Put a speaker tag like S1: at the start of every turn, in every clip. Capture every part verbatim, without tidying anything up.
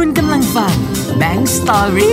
S1: คุณกำลังฟัง Bank Story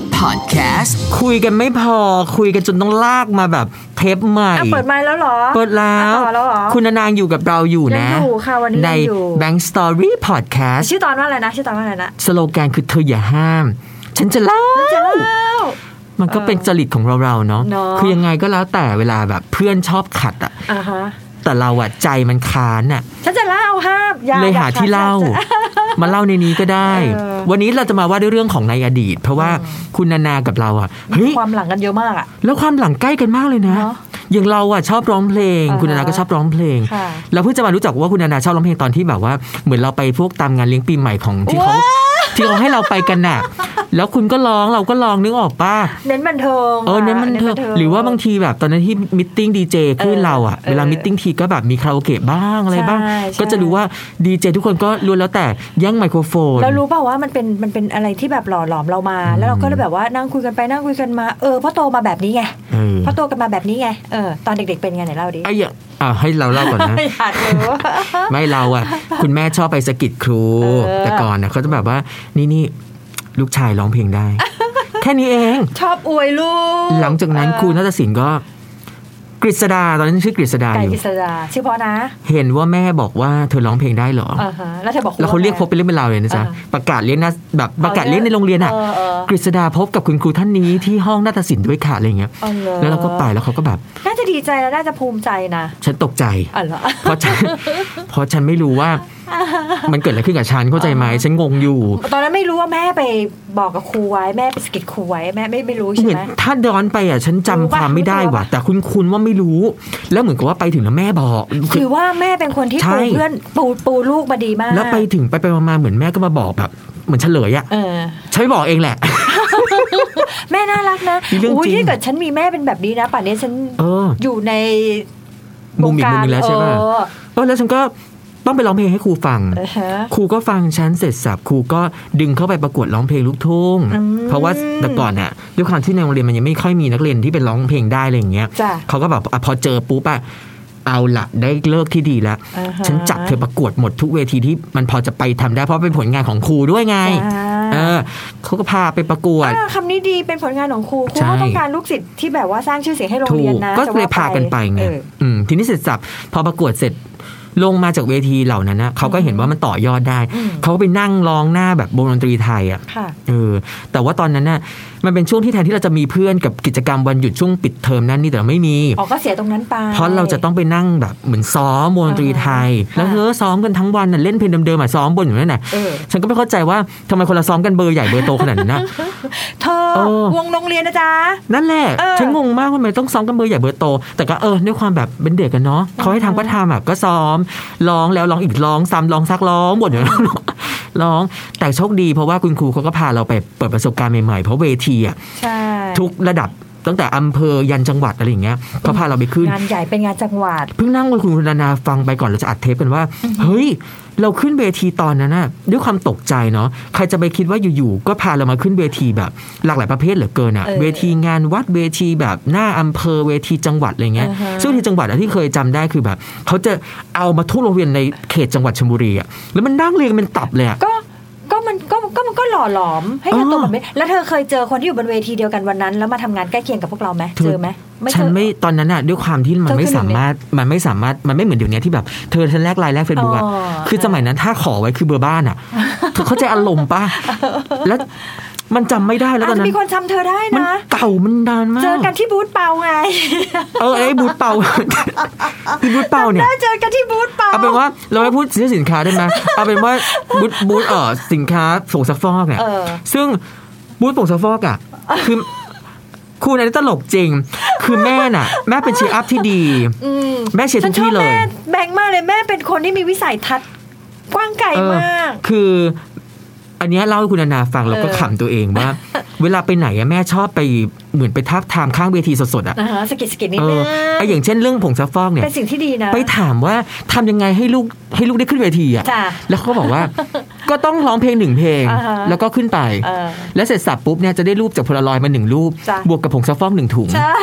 S1: Podcast คุยกันไม่พอคุยกันจนต้องลากมาแบบเทปใหม่
S2: เปิดไมค์แล้วเหรอ
S1: เปิดแล้วคุณนางอยู่กับเราอยู่นะใน Bank Story Podcast
S2: ชื่อตอนว่าอะไรนะชื่อตอนว่าอะไรนะ
S1: สโลแกนคือเธออย่าห้ามฉันจะเล่ามันก็เป็นจริตของเราๆเนาะคือยังไงก็แล้วแต่เวลาแบบเพื่อนชอบขัดอ่ะแต่เราอะใจมันค้านอะ
S2: ฉันจะเล่าห้าม
S1: เลยหาที่เล่ามาเล่าในนี้ก็ได้วันนี้เราจะมาว่าด้วยเรื่องของในอดีตเพราะว่าคุณนานากับเราอะเฮ้ย
S2: ความหลังกันเยอะมากอะ
S1: แล้วความหลังใกล้กันมากเลยนะอย่างเราอะชอบร้องเพลงคุณนานาก็ชอบร้องเพลงเราเพิ่งจะมารู้จักว่าคุณนานาชอบร้องเพลงตอนที่แบบว่าเหมือนเราไปพวกตามงานเลี้ยงปีใหม่ของที่เขาที่เขาให้เราไปกันน่ะแล้วคุณก็ร้องเราก็ร้องนึกออกป่ะ
S2: เน้นบันเทิง
S1: เออเน้นบันเทิงหรือว่าบางทีแบบตอนนั้นที่มิทติ้งดีเจขึ้นเราอ่ะเวลามิทติ้งทีก็แบบมีคาราโอเกะบ้างอะไรบ้างก็จะรู้ว่าดีเจทุกคนก็ล้วนแล้วแต่แย่งไมโครโฟน
S2: แล้วรู้ป่าวว่ามันเป็นมันเป็นอะไรที่แบบหล่อหลอมเรามาแล้วเราก็เลยแบบว่านั่งคุยกันไปนั่งคุยกันมาเออเพราะโตมาแบบนี้ไงเพราะโตกันมาแบบนี้ไงเออตอนเด็กๆเป็นไงไหนเล่าดิ
S1: ไอ้อย่างอ่าให้เราเล่าก่อนนะ
S2: อยากรู้
S1: ไม่เราอ่ะคุณแม่ชอบไปสะกิดครูแต่ก่อนนะเขาจะแบบว่านี่นี่ลูกชายร้องเพลงได้แค่นี้เอง
S2: ชอบอวยลูก
S1: หลังจากนั้นครูนาฏศิลป์ก็กฤษดาตอนนั้นชื่อกฤษดาอยู่
S2: กฤษดาชื่อเพราะนะ
S1: เห็นว่าแม่บอกว่าเธอร้องเพลงได้เหรอ
S2: อ่าฮะแล้วเธอบอก
S1: แล้วเขาเรียกพบเป็นเรื่องเป็นราวเลยนะจ๊ะประกาศเรียกนะแบบประกาศเรียกในโรงเรียนอ่ะกฤษดาพบกับคุณครูท่านนี้ที่ห้องนาฏศิลป์ด้วยค่ะอะไรเงี้ยแล้วเราก็ไปแล้วเขาก็แบบ
S2: น่าจะดีใจแล้วน่าจะภูมิใจนะ
S1: ฉันตกใจเพราะฉันเพราะฉันไม่รู้ว่ามันเกิดอะไรขึ้นกับฉันเข้าใจไหมฉันงงอยู่
S2: ตอนนั้นไม่รู้ว่าแม่ไปบอกกับครูไว้แม่ไปสกิดครูไว้แม่ไม่ไม่รู้ใช่ไหม
S1: ถ้าย้อนไปอ่ะฉันจำความไม่ได้ว่ะแต่คุณคุณว่าไม่รู้แล้วเหมือนกับว่าไปถึงแล้วแม่บอก
S2: คือว่าแม่เป็นคนที่ปูเพื่อนปูปูลูกมาดีมาก
S1: แล้วไปถึงไปไปมาเหมือนแม่ก็มาบอกแบบเหมือนเฉลยอ่ะฉันไม่บอกเองแหละ
S2: แม่น่ารักนะอุ้ยถ้าเกิดฉันมีแม่เป็นแบบนี้นะป่านนี้ฉันอยู่ใน
S1: มุมอีกมุมนึงแล้วใช่ป่ะเออแล้วฉันก็ต้องไปร้องเพลงให้ครูฟัง uh-huh. ครูก็ฟังฉันเสร็จสับครูก็ดึงเข้าไปประกวดร้องเพลงลูกทุ่ง uh-huh. เพราะว่าแต่ก่อนเนี่ยด้วยความที่ในโรงเรียนมันยังไม่ค่อยมีนักเรียนที่เป็นร้องเพลงได้อะไรอย่างเงี้ย uh-huh. เขาก็แบบพอเจอปุ๊บอะเอาละได้เลิกที่ดีแล้ว uh-huh. ฉันจับเธอประกวดหมดทุกเวทีที่มันพอจะไปทำได้เพราะเป็นผลงานของครูด้วยไง uh-huh. เออเขาก็พาไปประกวด
S2: คำนี้ดีเป็นผลงานของครูครูเขาต้องการลูกศิษย์ที่แบบว่าสร้างชื่อเสียงให้โรงเรียนนะ
S1: ก็เลยพากันไปไงทีนี้เสร็จสับพอประกวดเสร็จลงมาจากเวทีเหล่านั้นนะเขาก็เห็นว่ามันต่อยอดได้เขาไปนั่งร้องหน้าแบบวงดนตรีไทยอ่ะเออแต่ว่าตอนนั้นน่ะมันเป็นช่วงที่แทนที่เราจะมีเพื่อนกับกิจกรรมวันหยุดช่วงปิดเทอมนั้นนี่แต่ไม่มี
S2: อ๋อก็เสียตรงนั้นไป
S1: เพราะเราจะต้องไปนั่งแบบเหมือนซ้อมวงดนตรีไทยแล้วเฮ้อซ้อมกันทั้งวันน่ะเล่นเพลงเดิมๆอ่ะซ้อมบนอยู่นั่นน่ะฉันก็ไม่เข้าใจว่าทำไมคนละซ้อมกันเบอร์ใหญ่เบอร์โตขนาดนั้นนะ
S2: เธอวงโรงเรียนนะจ๊ะ
S1: นั่นแหละฉันงงมากว่าทำไมต้องซ้อมกันเบอร์ใหญ่เบอร์โตแต่ก็เออด้วยความแบบเป็นเด็กกันเนาะเขาให้ทำก็ทำอ่ะก็ซ้อมร้องแล้วร้องอีกร้องซ้ำร้องซักร้องบ่นอยู่ร้องแต่โชคดีเพราะว่าคุณครูเขาก็พาเราไปเปิดประสบการณ์ใหม่ๆเพราะเวทีอ่ะทุกระดับตั้งแต่อำเภอยันจังหวัดอะไรอย่างเงี้ยเขาพาเราไปขึ้น
S2: งานใหญ่เป็นงานจังหวัด
S1: เพิ่งนั่งกับคุณนานาฟังไปก่อนเราจะอัดเทปกันว่าเฮ้ยเราขึ้นเวทีตอนนั้นน่ะด้วยความตกใจเนาะใครจะไปคิดว่าอยู่ๆก็พาเรามาขึ้นเวทีแบบหลากหลายประเภทเหลือเกินอ่ะเวทีงานวัดเวทีแบบหน้าอำเภอเวทีจังหวัดอะไรเงี้ยซึ่งที่จังหวัดที่เคยจำได้คือแบบเขาจะเอามาทุกโรงเรียนในเขตจังหวัดชลบุรีอ่ะแล้วมันนั่งเรียงเป็นตับเลยอ่ะ
S2: ก็ก็มันก็ก็มันก็หล่อหลอมให้กันตัวแบบนี้แล้วเธอเคยเจอคนที่อยู่บนเวทีเดียวกันวันนั้นแล้วมาทำงานใกล้เคียงกับพวกเราไหมเจอไหม
S1: ฉันไม่ตอนนั้นน่ะด้วยความที่มันไม่สามารถมันไม่สามารถมันไม่เหมือนเดี๋ยวนี้ที่แบบเธอฉันแลกไลน์แลกเฟซบุ๊กอ่ะคือสมัยนั้นถ้าขอไว้คือเบอร์บ้านอ่ะเธอเข้าใจอารมณ์ป่ะแล้วมันจำไม่ได้แล้วตอนนั้น
S2: มีคนจำเธอได้นะ
S1: มันเก่ามันนานมาก
S2: เจอกันที่บูธเปาไง
S1: เออไอ้บูธเปาที่บูธเปาเนี่ย
S2: เจอกันที่บูธเปา
S1: เอาเป็นว่าเราไม่พูดซื้อสินค้าได้ไหมเอาเป็นว่าบูธบูธเออสินค้าผงซักฟอกเนี่ยซึ่งบูธผงซักฟอกอ่ะคือคุณอันนี้ตลกจริงคือแม่น่ะแม่เป็นเชียร์อัพที่ดีแม่เชียร์ทุกที่เลย
S2: แบ่งมากเลยแม่เป็นคนที่มีวิสัยทัศน์กว้างไกลมาก
S1: คืออันนี้เล่าให้คุณนานาฟังเราก็ขำตัวเองว่าเวลาไปไหนอะแม่ชอบไปเหมือนไปทับทามข้างเวทีสดๆอะ
S2: สกิดสกิดนิดนึง
S1: ไอ้อย่างเช่นเรื่องผงซักฟอกเนี่ย
S2: เป็นสิ่งที่ดีนะ
S1: ไปถามว่าทำยังไงให้ลูกให้ลูกได้ขึ้นเวทีอะแล้วเขาบอกว่าก็ต้องร้องเพลงหนึ่งเพลงแล้วก็ขึ้นไปแล้วเสร็จสับปุ๊บเนี่ยจะได้รูปจากโพลารอยด์มาหนึ่งรูปบวกกับผงซักฟอกหนึ่งถุง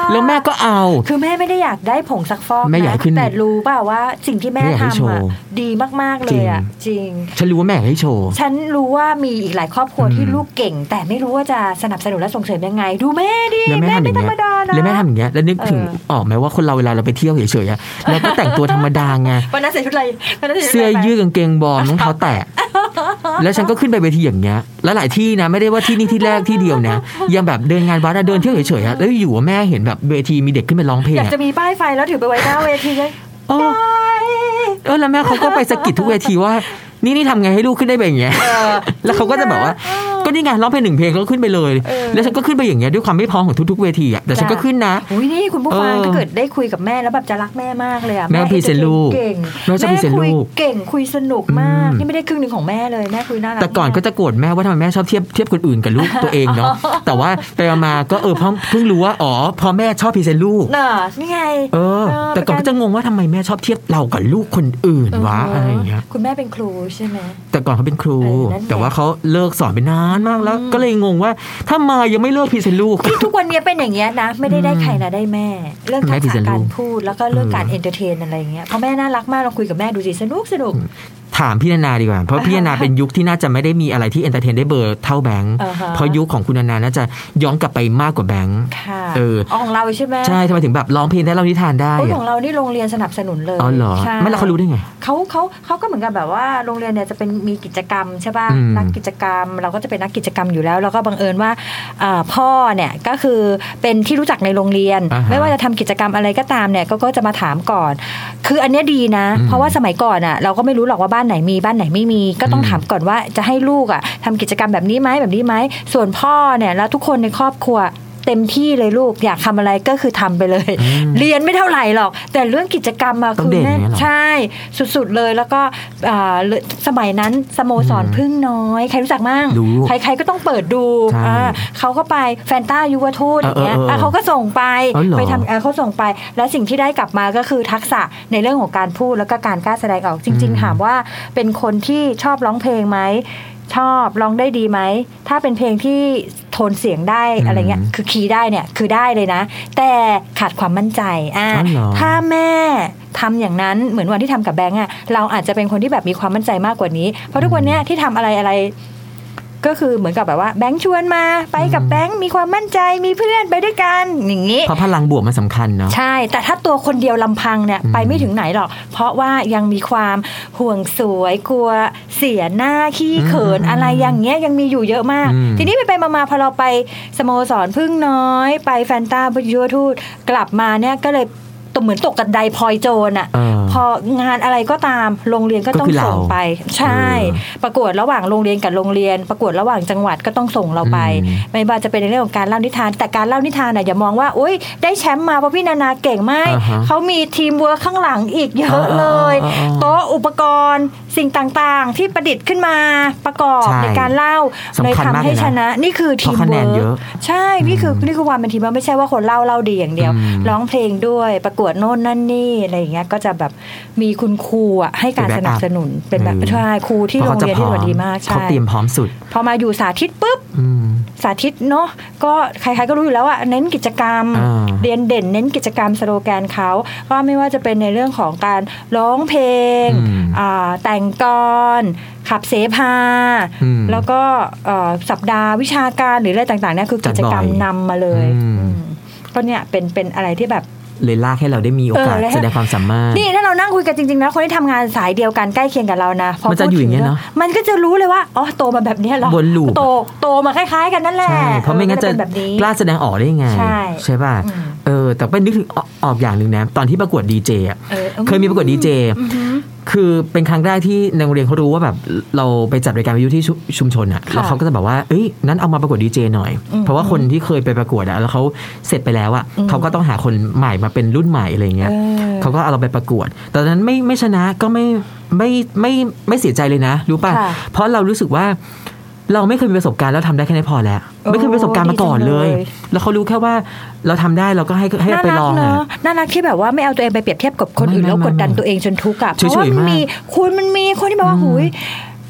S1: แล้วแม่ก็เอา
S2: คือแม่ไม่ได้อยากได้ผงซักฟอกนะแต่รู้เปล่าว่าสิ่งที่แม่ทำอ่ะดีมากๆเลยอ่ะจริง
S1: ฉันรู้ว่าแม่ให้โชว์
S2: ฉันรู้ว่ามีอีกหลายครอบครัวที่ลูกเก่งแต่ไม่รู้ว่าจะสนับสนุนและส่งเสริมยังไงดูแม่ดิ
S1: แม่ไม่ธรรมดานะแล้วแม่ทำอย่างเงี้ยแล้วนึกถึงออกไหมว่าคนเราเวลาเราไปเที่ยวเฉยๆแล้วก็แต่งตัวธรรมดาไง
S2: วันนั้นใส่ชุดอะไร
S1: เสื้อยืดกางเกงบอลรองเท้าแตะแล้วฉันก็ขึ้นไปเวทีอย่างเงี้ยแล้วหลายที่นะไม่ได้ว่าที่นี่ที่แรกที่เดียวนะยังแบบเดินงานวัดเดินเที่ยวเฉยๆแล้วอยู่ว่าแม่เห็นแบบเวทีมีเด็กขึ้นไปร้องเพลง
S2: อยากจะมีป้ายไฟแล้วถือไปไว้หน้าเวทีเลย
S1: เออแล้วแม่เขาก็ไปสะกิดทุกเวทีว่านี่นี่ทำไงให้ลูกขึ้นได้แบบอย่างเงี้ยแล้วเขาก็จะบอกว่าก็นี่ไงร้องเพลงหนึ่งเพลงก็ขึ้นไปเลยแล้วฉันก็ขึ้นไปอย่างเงี้ยด้วยความไม่พร้อมของทุกๆเวทีอ่ะแต่ฉันก็ขึ้นนะ
S2: อุ้ยนี่คุณผู้ฟังถ้าเกิดได้คุยกับแม่แล้วแบบจะรักแม่มากเลยอ่ะ
S1: แม่พรีเซนต์ลูก
S2: แม่จะพรีเซนต์ลูกเก่งคุยสนุกมากนี่ไม่ได้ครึ่งนึงของแม่เลยแม่คุยน่ารัก
S1: แต่ก่อนก็จะโกรธแม่ว่าทำไมแม่ชอบเทียบเทียบคนอื่นกับลูกตัวเองเนาะแต่ว่าไปมาก็เออเพิ่งรู้ว่าอ๋อพอแม่ชอบพรีเซนต์ลูก
S2: น่ะนี่ไง
S1: เออแต่ก่อนก็จะงงว่าทำไมแม่ชอบเทียบเรากับลูกคนอื่นวะอะไรอย่างเงี้ย
S2: คุณแม่เป็นครูใช่ไหม
S1: แต่ก่อนเขาเป็นครูแต่ว่าเขาเลิกสอนไปนานมากแล้วก็เลยงงว่าถ้ามายังไม่เลิกพรีเซนต์ลูก
S2: ทุกวันนี้เป็นอย่างเงี้ยนะไม่ได้ได้ใครนะได้แม่เรื่องทักษะการพูดแล้วก็เรื่องการเอนเตอร์เทนอะไรเงี้ยเพราะแม่น่ารักมากเราคุยกับแม่ดูสิสนุกสนุก
S1: ถามพี่นานาดีกว่าเพราะพี่นานาเป็นยุคที่น่าจะไม่ได้มีอะไรที่เอนเตอร์เทนได้เบอร์เท่าแบงค์เพราะยุคของคุณนานาน่าจะย้อนกลับไปมากกว่าแบงค์
S2: เออของเราใช่ไหม
S1: ใช่ทำไมถึงแบบร้องเพลงได้เล่านิทานได้
S2: ของเรานี่โรงเรียนสนับสนุนเลย
S1: อ๋อเหรอไม่แล้วเขารู้ได้ไง
S2: เขาเขาเขาก็เหมือนกับแบบว่าโรงเรียนเนี่ยจะเป็นมีกิจกรรมใช่ป่ะนักกิจกรรมเราก็จะเป็นนักกิจกรรมอยู่แล้วแล้วก็บังเอิญว่าพ่อเนี่ยก็คือเป็นที่รู้จักในโรงเรียนไม่ว่าจะทำกิจกรรมอะไรก็ตามเนี่ยก็จะมาถามก่อนคืออันนี้ดีนะเพราะว่าสมัยก่อนอ่ะเราก็ไม่รู้หรอกว่าบ้านไหนมีบ้านไหนไม่มีก็ต้องถามก่อนว่าจะให้ลูกอ่ะทำกิจกรรมแบบนี้ไหมแบบนี้ไหมส่วนพ่อเนี่ยแล้วทุกคนในครอบครัวเต็มที่เลยลูกอยากทำอะไรก็คือทำไปเลยเรียนไม่เท่าไหร่หรอกแต่เรื่องกิจกรรมมาคือแม่ใช่สุดๆเลยแล้วก็สมัยนั้นสโมสรพึ่งน้อยใครรู้จักมั่งใครๆก็ต้องเปิดดูเขาก็ไปแฟนต้ายุวทูตอย่างเงี้ยเขาก็ส่งไปไปทำเขาส่งไปแล้วสิ่งที่ได้กลับมาก็คือทักษะในเรื่องของการพูดแล้วก็การกล้าแสดงออกจริงๆถามว่าเป็นคนที่ชอบร้องเพลงไหมชอบร้องได้ดีไหมถ้าเป็นเพลงที่โทนเสียงได้อะไรเงี้ยคือคีย์ได้เนี่ยคือได้เลยนะแต่ขาดความมั่นใจอ่ะถ้าแม่ทำอย่างนั้นเหมือนวันที่ทำกับแบงค์อ่ะเราอาจจะเป็นคนที่แบบมีความมั่นใจมากกว่านี้เพราะทุกวันเนี้ยที่ทำอะไรอะไรก็คือเหมือนกับแบบว่าแบงค์ชวนมาไปกับแบงค์มีความมั่นใจมีเพื่อนไปด้วยกันอย่างนี้
S1: เพราะพลังบวกมันสำคัญเนาะ
S2: ใช่แต่ถ้าตัวคนเดียวลำพังเนี่ยไปไม่ถึงไหนหรอกเพราะว่ายังมีความห่วงสวยกลัวเสียหน้าขี้เขินอะไรอย่างเงี้ยยังมีอยู่เยอะมากทีนี้ไปไปมาๆพอเราไปสโมสรพึ่งน้อยไปแฟนตายุวทูตกลับมาเนี่ยก็เลยเหมือนตกกระไดพลอยโจรอ่ะพองานอะไรก็ตามโรงเรียนก็ต้องส่งไปใช่ประกวดระหว่างโรงเรียนกับโรงเรียนประกวดระหว่างจังหวัดก็ต้องส่งเราไปไม่ว่าจะเป็นในเรื่องของการเล่านิทานแต่การเล่านิทานน่ะอย่ามองว่าอุ๊ยได้แชมป์มาเพราะพี่นานาเก่งมากเขามีทีมเวิร์คข้างหลังอีกเยอะเลยโต๊ะอุปกรณ์สิ่งต่างๆที่ประดิษฐ์ขึ้นมาประกอบในการเล่าเลยทำให้ชนะนี่คือทีมเวิร์คใช่นี่คือนี่คือความเป็นทีมไม่ใช่ว่าคนเล่าเล่าดีอย่างเดียวร้องเพลงด้วยประกวดโน่นนั่นนี่อะไรอย่างเงี้ยก็จะแบบมีคุณครูอ่ะให้การสนับสนุนเป็นแบบใช่ครูที่โรงเรียนที่ดีมากใช่
S1: เขาเตรียมพร้อมสุด
S2: พอมาอยู่สาธิตปุ๊บสาธิตเนาะก็ใครๆก็รู้อยู่แล้วว่าเน้นกิจกรรมเรียนเด่นเน้นกิจกรรมสโลแกนเขาก็ไม่ว่าจะเป็นในเรื่องของการร้องเพลงแต่งกลอนขับเสภาแล้วก็สัปดาห์วิชาการหรืออะไรต่างๆเนี่ยคือกิจกรรมนำมาเลยก็เนี่ยเป็นเป็นอะไรที่แบบ
S1: เลยลากให้เราได้มีโอกาสแสดงความสามารถ
S2: นี่ถ้าเรานั่งคุยกันจริงๆนะคนที่ทำงานสายเดียวกันใกล้เคียงกับเรานะ
S1: มันจะอยู่อย่างเงี้ยเนาะ
S2: มันก็จะรู้เลยว่าอ๋อโตมาแบบนี้หรอโตโตมาคล้ายๆกันนั่นแหละ
S1: เพราะไม่งั้นจะกล้าแสดงออกได้ยังไงใช่ป่ะเออแต่เป็นนึกถึงออกอย่างนึงนะตอนที่ประกวดดีเจอ่ะเคยมีประกวดดีเจคือเป็นครั้งแรกที่ในโรงเรียนเขารู้ว่าแบบเราไปจัดรายการวิทยุที่ชุมชนอ่ะแล้วเขาก็จะแบบว่าเอ้ยนั้นเอามาประกวดดีเจหน่อยเพราะว่าคนที่เคยไปประกวดอ่ะแล้วเขาเสร็จไปแล้วอ่ะเขาก็ต้องหาคนใหม่มาเป็นรุ่นใหม่อะไรเงี้ยเขาก็เอาเราไปประกวดแต่ตอนนั้นไม่ไม่ชนะก็ไม่ไม่ไม่ไม่เสียใจเลยนะรู้ป่ะเพราะเรารู้สึกว่าเราไม่เคยมีประสบการณ์แล้วทำได้แค่นี้พอแล้วไม่เคยมีประสบการณ์มาก่อนเลยแล้วเขารู้แค่ว่าเราทำได้เราก็ให้ให้ไปลองนะ
S2: น่ารักที่แบบว่าไม่เอาตัวเองไปเปรียบเทียบกับคนอื่นแล้วกดดันตัวเองจนทุกข์อ่ะเพราะว่ามันมีคุณมันมีคนที่บอกว่าหุย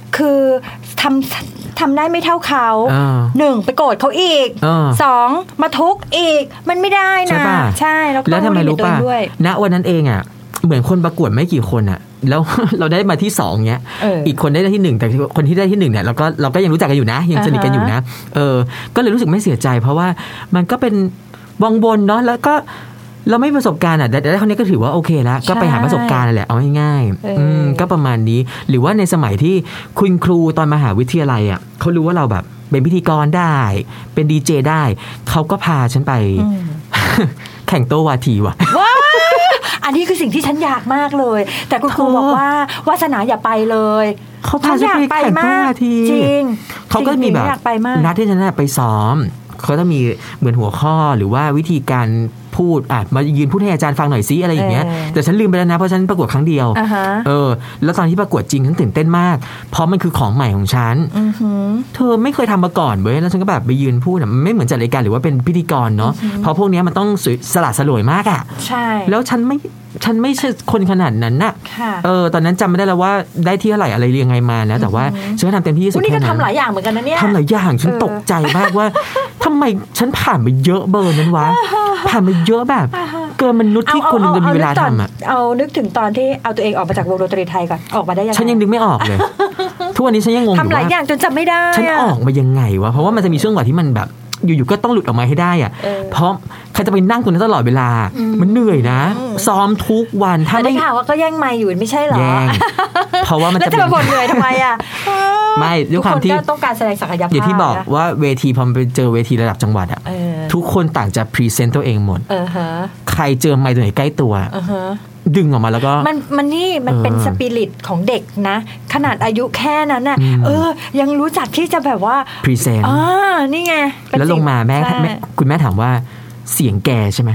S2: คือทำทำได้ไม่เท่าเขาหนึ่งไปโกรธเขาอีกสองมาทุกข์อีกมันไม่ได้นะใช่แล้วก็
S1: ทำไมรู้ป่ะณวันนั้นเองอ่ะเหมือนคนประกวดไม่กี่คนอ่ะแล้วเราได้มาที่สองเนี้ย อ, อีกคนได้ที่หนึ่งแต่คนที่ได้ที่หนึ่งเนี่ยเราก็เราก็ยังรู้จักกันอยู่นะยังสนิทกันอยู่นะเออก็เลยรู้สึกไม่เสียใจเพราะว่ามันก็เป็นวังวนเนาะแล้วก็เราไม่ประสบการณ์อ่ะแต่ได้คนนี้ก็ถือว่าโอเคแล้วก็ไปหาประสบการณ์แหละเอาง่ายๆอืมก็ประมาณนี้หรือว่าในสมัยที่คุณครูตอนมหาวิทยาลัยอ่ะเขารู้ว่าเราแบบเป็นพิธีกรได้เป็นดีเจได้เขาก็พาฉันไปแข่งโต้วาทีว่ะ
S2: อันนี้คือสิ่งที่ฉันอยากมากเลยแต่คุณครูบอกว่าวาสนาอย่าไปเลย
S1: เขาพาฉันไปแข่งโต้วาที
S2: จริง
S1: เขาก็มีแบบนัดที่ฉันไปซ้อมเขาจะมีเหมือนหัวข้อหรือว่าวิธีการพูดอ่ะมายืนพูดให้อาจารย์ฟังหน่อยซิอะไรอย่างเงี้ยแต่ฉันลืมไปแล้วนะเพราะฉันประกวดครั้งเดียว uh-huh. เออแล้วตอนที่ประกวดจริงฉันตื่นเต้นมากเพราะมันคือของใหม่ของฉัน uh-huh. เธอไม่เคยทำมาก่อนเว้ยแล้วฉันก็แบบไปยืนพูดอ่ะมันไม่เหมือนจัดรายการหรือว่าเป็นพิธีกรเนาะ uh-huh. เพราะพวกนี้มันต้องสละสลวยมากอ่ะ
S2: ใช่
S1: แล้วฉันไม่ฉันไม่ใช่คนขนาดนั้นน่ะเออตอนนั้นจำไม่ได้แล้วว่าได้ที่เท่าไหร่อะไรยังไงมานะแต่ว่าฉันก็ทำเต็มที่ที่สุดแค่นั้น
S2: นี่ก็ทำหลายอย่างเหมือนกันนะเนี่ย
S1: ทำหลายอย่างฉันตกใจมากว่าทำไมฉันผ่านไปเยอะเบอร์นั้นวะผ่านไปเยอะแบบเกินมนุษย์ที่คนนึงจะมีเวลาทำอ่ะ
S2: เอานึกถึงตอนที่เอาตัวเองออกมาจากวงดนตรีไทยก่อนออกมาได้ยังไง
S1: ฉันยังนึกไม่ออกเลยทุกวันนี้ฉันยังงงอยู่ว่า
S2: ทำหลายอย่างจนจำไม่ได้
S1: ฉันออกมายังไงวะเพราะว่ามันจะมีช่วงเวลาที่มันแบบอยู่ๆก็ต้องหลุดออกมาให้ได้อ่ะเพราะใครจะไปนั่งตรงนั้นตลอดเวลามันเหนื่อยนะซ้อมทุกวัน
S2: ถ้าไม่ข่าวว่าก็แย่งไมค์อยู่ไม่ใช่หรอ
S1: แย่งเพราะว่ามัน
S2: จะเป็นคนเหนื่อยทำไมอ่ะ
S1: ไม่ด้วยความที่
S2: ต้องการแสดงศักยภาพ
S1: อย่างที่บอกว่าเวทีพอไปเจอเวทีระดับจังหวัดอ่ะทุกคนต่างจะพรีเซนต์ตัวเองหมดใครเจอไมค์ตัวไหนใกล้ตัวดึงออกมาแล้วก็
S2: มันมันนี่มันเป็นสปิริตของเด็กนะขนาดอายุแค่นั้นน่ะเออยังรู้จักที่จะแบบว่า
S1: พรีเซนต์
S2: อ่านี่ไง
S1: แล้วลงมาแม่คุณแม่ถามว่าเสียงแกใช่ไหม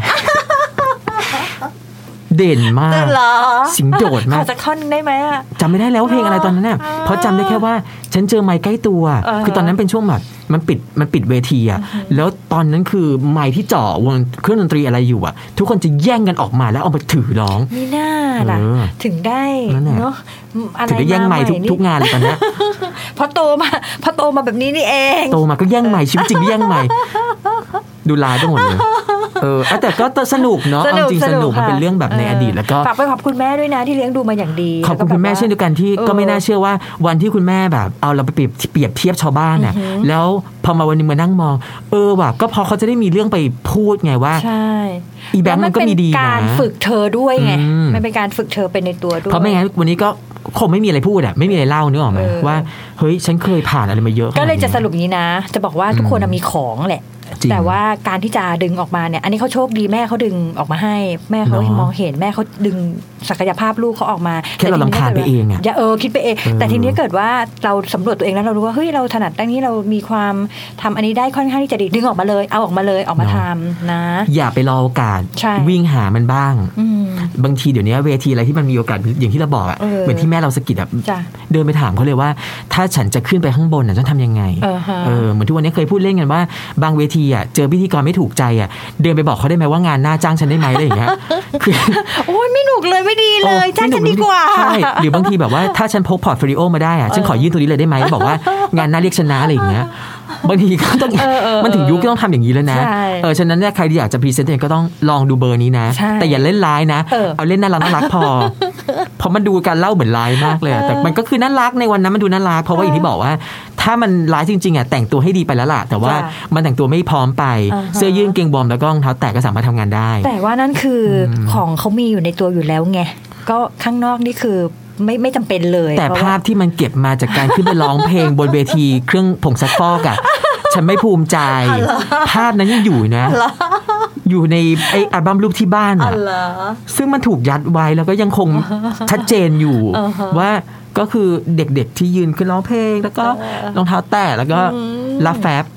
S1: เด่นมากเสียงโดดมาก
S2: ขอสักท่อนได้ไหมอ่ะ
S1: จำไม่ได้แล้วเพลงอะไรตอนนั้นน่ะเพราะจำได้แค่ว่าฉันเจอไมค์ใกล้ตัวคือตอนนั้นเป็นช่วงแบบมันปิดมันปิดเวทีอ่ะแล้วตอนนั้นคือไมค์ที่จ่อวงเครื่องดนตรีอะไรอยู่อ่ะทุกคนจะแย่งกันออกมาแล้วเอามาถือร้อง
S2: นี่น่าล่ะถึงได้เนาะ
S1: ถึงได้แย่งไมค์ทุกงานเลยตอนนี้
S2: พอโตมาพอโตมาแบบนี้นี่เอง
S1: โตมาก็แย่งไมค์ชีวิตจริงแย่งไมค์ดูลายไปหมดเลยเออแต่ก็สนุกเนาะจริงสนุกมันเป็นเรื่องแบบในอดีตแล้วก็
S2: ฝากไปขอบคุณแม่ด้วยนะที่เลี้ยงดูมาอย่างดี
S1: ขอบคุณคุณแม่เช่นเดียวกันที่ก็ไม่น่าเชื่อว่าวันที่คุณแม่แบบเอาเราไปเปรียบเปรียบเทียบชาวบ้านน่ะแล้วพอมาวันนึงมานั่งมองเออว่ะก็พอเขาจะได้มีเรื่องไปพูดไงว่า
S2: ใช่
S1: อีแบงค์มันก็มีดีนะ
S2: การฝึกเธอด้วยไงมันเป็นการฝึกเธอเป็นในตัวด้วย
S1: เพราะไม่งั้นวันนี้ก็คงไม่มีอะไรพูดอ่ะไม่มีอะไรเล่านึกออกไหมว่าเฮ้ยฉันเคยผ่านอะไรมาเยอะ
S2: ก็เลยจะสรุปนี้นะจะบอกว่าทุกคนมีของแหละแต่ว่าการที่จะดึงออกมาเนี่ยอันนี้เขาโชคดีแม่เขาดึงออกมาให้แม่เขามองเห็นแม่เขาดึงศักยภาพลูกเขาออกมา
S1: แค่เราลำคาญไปเองอ่ะ
S2: อย่าเออคิดไปเองแต่ทีนี้เกิดว่าเราสำรวจตัวเองแล้วเรารู้ว่าเฮ้ยเราถนัดด้านนี้เรามีความทำอันนี้ได้ค่อนข้างที่จะดีดึงออกมาเลยเอาออกมาเลยออกมาทำนะ
S1: อย่าไปรอโอกาสวิ่งหามันบ้างบางทีเดี๋ยวนี้เวทีอะไรที่มันมีโอกาสอย่างที่เราบอกอ่ะเหมือนที่แม่เราสะกิดแบบเดินไปถามเขาเลยว่าถ้าฉันจะขึ้นไปข้างบนฉันทำยังไงเออเหมือนทุกวันนี้เคยพูดเล่นกันว่าบางเวทีอ่ะเจอพิธีกรไม่ถูกใจอ่ะเดินไปบอกเขาได้ไหมว่างานหน้าจ้างฉันได้ไหมอะไรอย่างเงี้ย
S2: คือโอ้ยไม่หนุกเลยไม่ดีเลยจ้างฉันดีกว่า
S1: ใช่หรือบางทีแบบว่าถ้าฉันพกพอร์ตโฟลิโอมาได้อ่ะฉันขอยื่นตัวนี้เลยได้ไหมบอกว่างานหน้าเรียกชนะอะไรอย่างเงี้ยบางทีก็ต้องมันถึงยุคที่ต้องทำอย่างนี้แล้วนะเออฉะนั้นเนี่ยใครที่อยากจะพรีเซนต์เองก็ต้องลองดูเบอร์นี้นะแต่อย่าเล่นร้ายนะเอาเล่นน่ารักน่ารักพอเพราะมันดูการเล่าเหมือนร้ายมากเลยแต่มันก็คือน่ารักในวันนั้นมันดูน่ารักเพราะว่าอย่างที่บอกว่าถ้ามันร้ายจริงๆอ่ะแต่งตัวให้ดีไปแล้วล่ะแต่ว่ามันแต่งตัวไม่พร้อมไปเสื้อยืดเกงบอมแล้วก็รองเท้าแตะก็สามารถทำงานได้
S2: แต่ว่านั่นคือของเขามีอยู่ในตัวอยู่แล้วไงก็ข้างนอกนี่คือไม่ไม่จำเป็นเลย
S1: แต่ภาพที่มันเก็บมาจากการขึ้นไปร้องเพลงบนเวทีเครื่องผงซักฟอกอ่ะฉันไม่ภูมิใจภาพนั้นยังอยู่นะอยู่ในไออัลบั้มรูปที่บ้านอ่ะซึ่งมันถูกยัดไว้แล้วก็ยังคงชัดเจนอยู่ว่าก็คือเด็กๆที่ยืนขึ้นร้องเพลงแล้วก็รองเท้าแตะแล้วก็รับแฟบ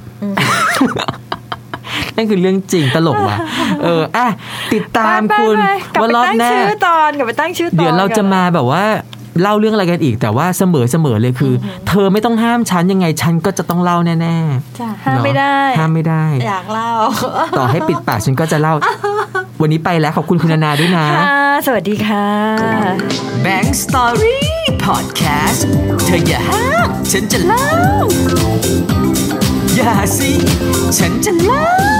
S1: นั่นคือเรื่องจริงตลกว่ะเอออ่ะติดตามคุณว่ารอบหน้า
S2: ชื่อตอนกลับไปตั้งชื่อตอน
S1: เดี๋ยวเราจะมาแบบว่าเล่าเรื่องอะไรกันอีกแต่ว่าเสมอเสมอเลยคือเธอไม่ต้องห้ามฉันยังไงฉันก็จะต้องเล่าแน่
S2: ๆจ้ะห้ามไม่ได้
S1: ห้ามไม่ได้
S2: อยากเล่า
S1: ต่อให้ปิดปากฉันก็จะเล่าวันนี้ไปแล้วขอบคุณคุณนานาด้วยนะ
S2: สวัสดีค่ะ
S3: Bank Story
S1: พอดแคสต์เธออย่าห้ามฉันจะเล่าอย่าสิฉันจะเล่า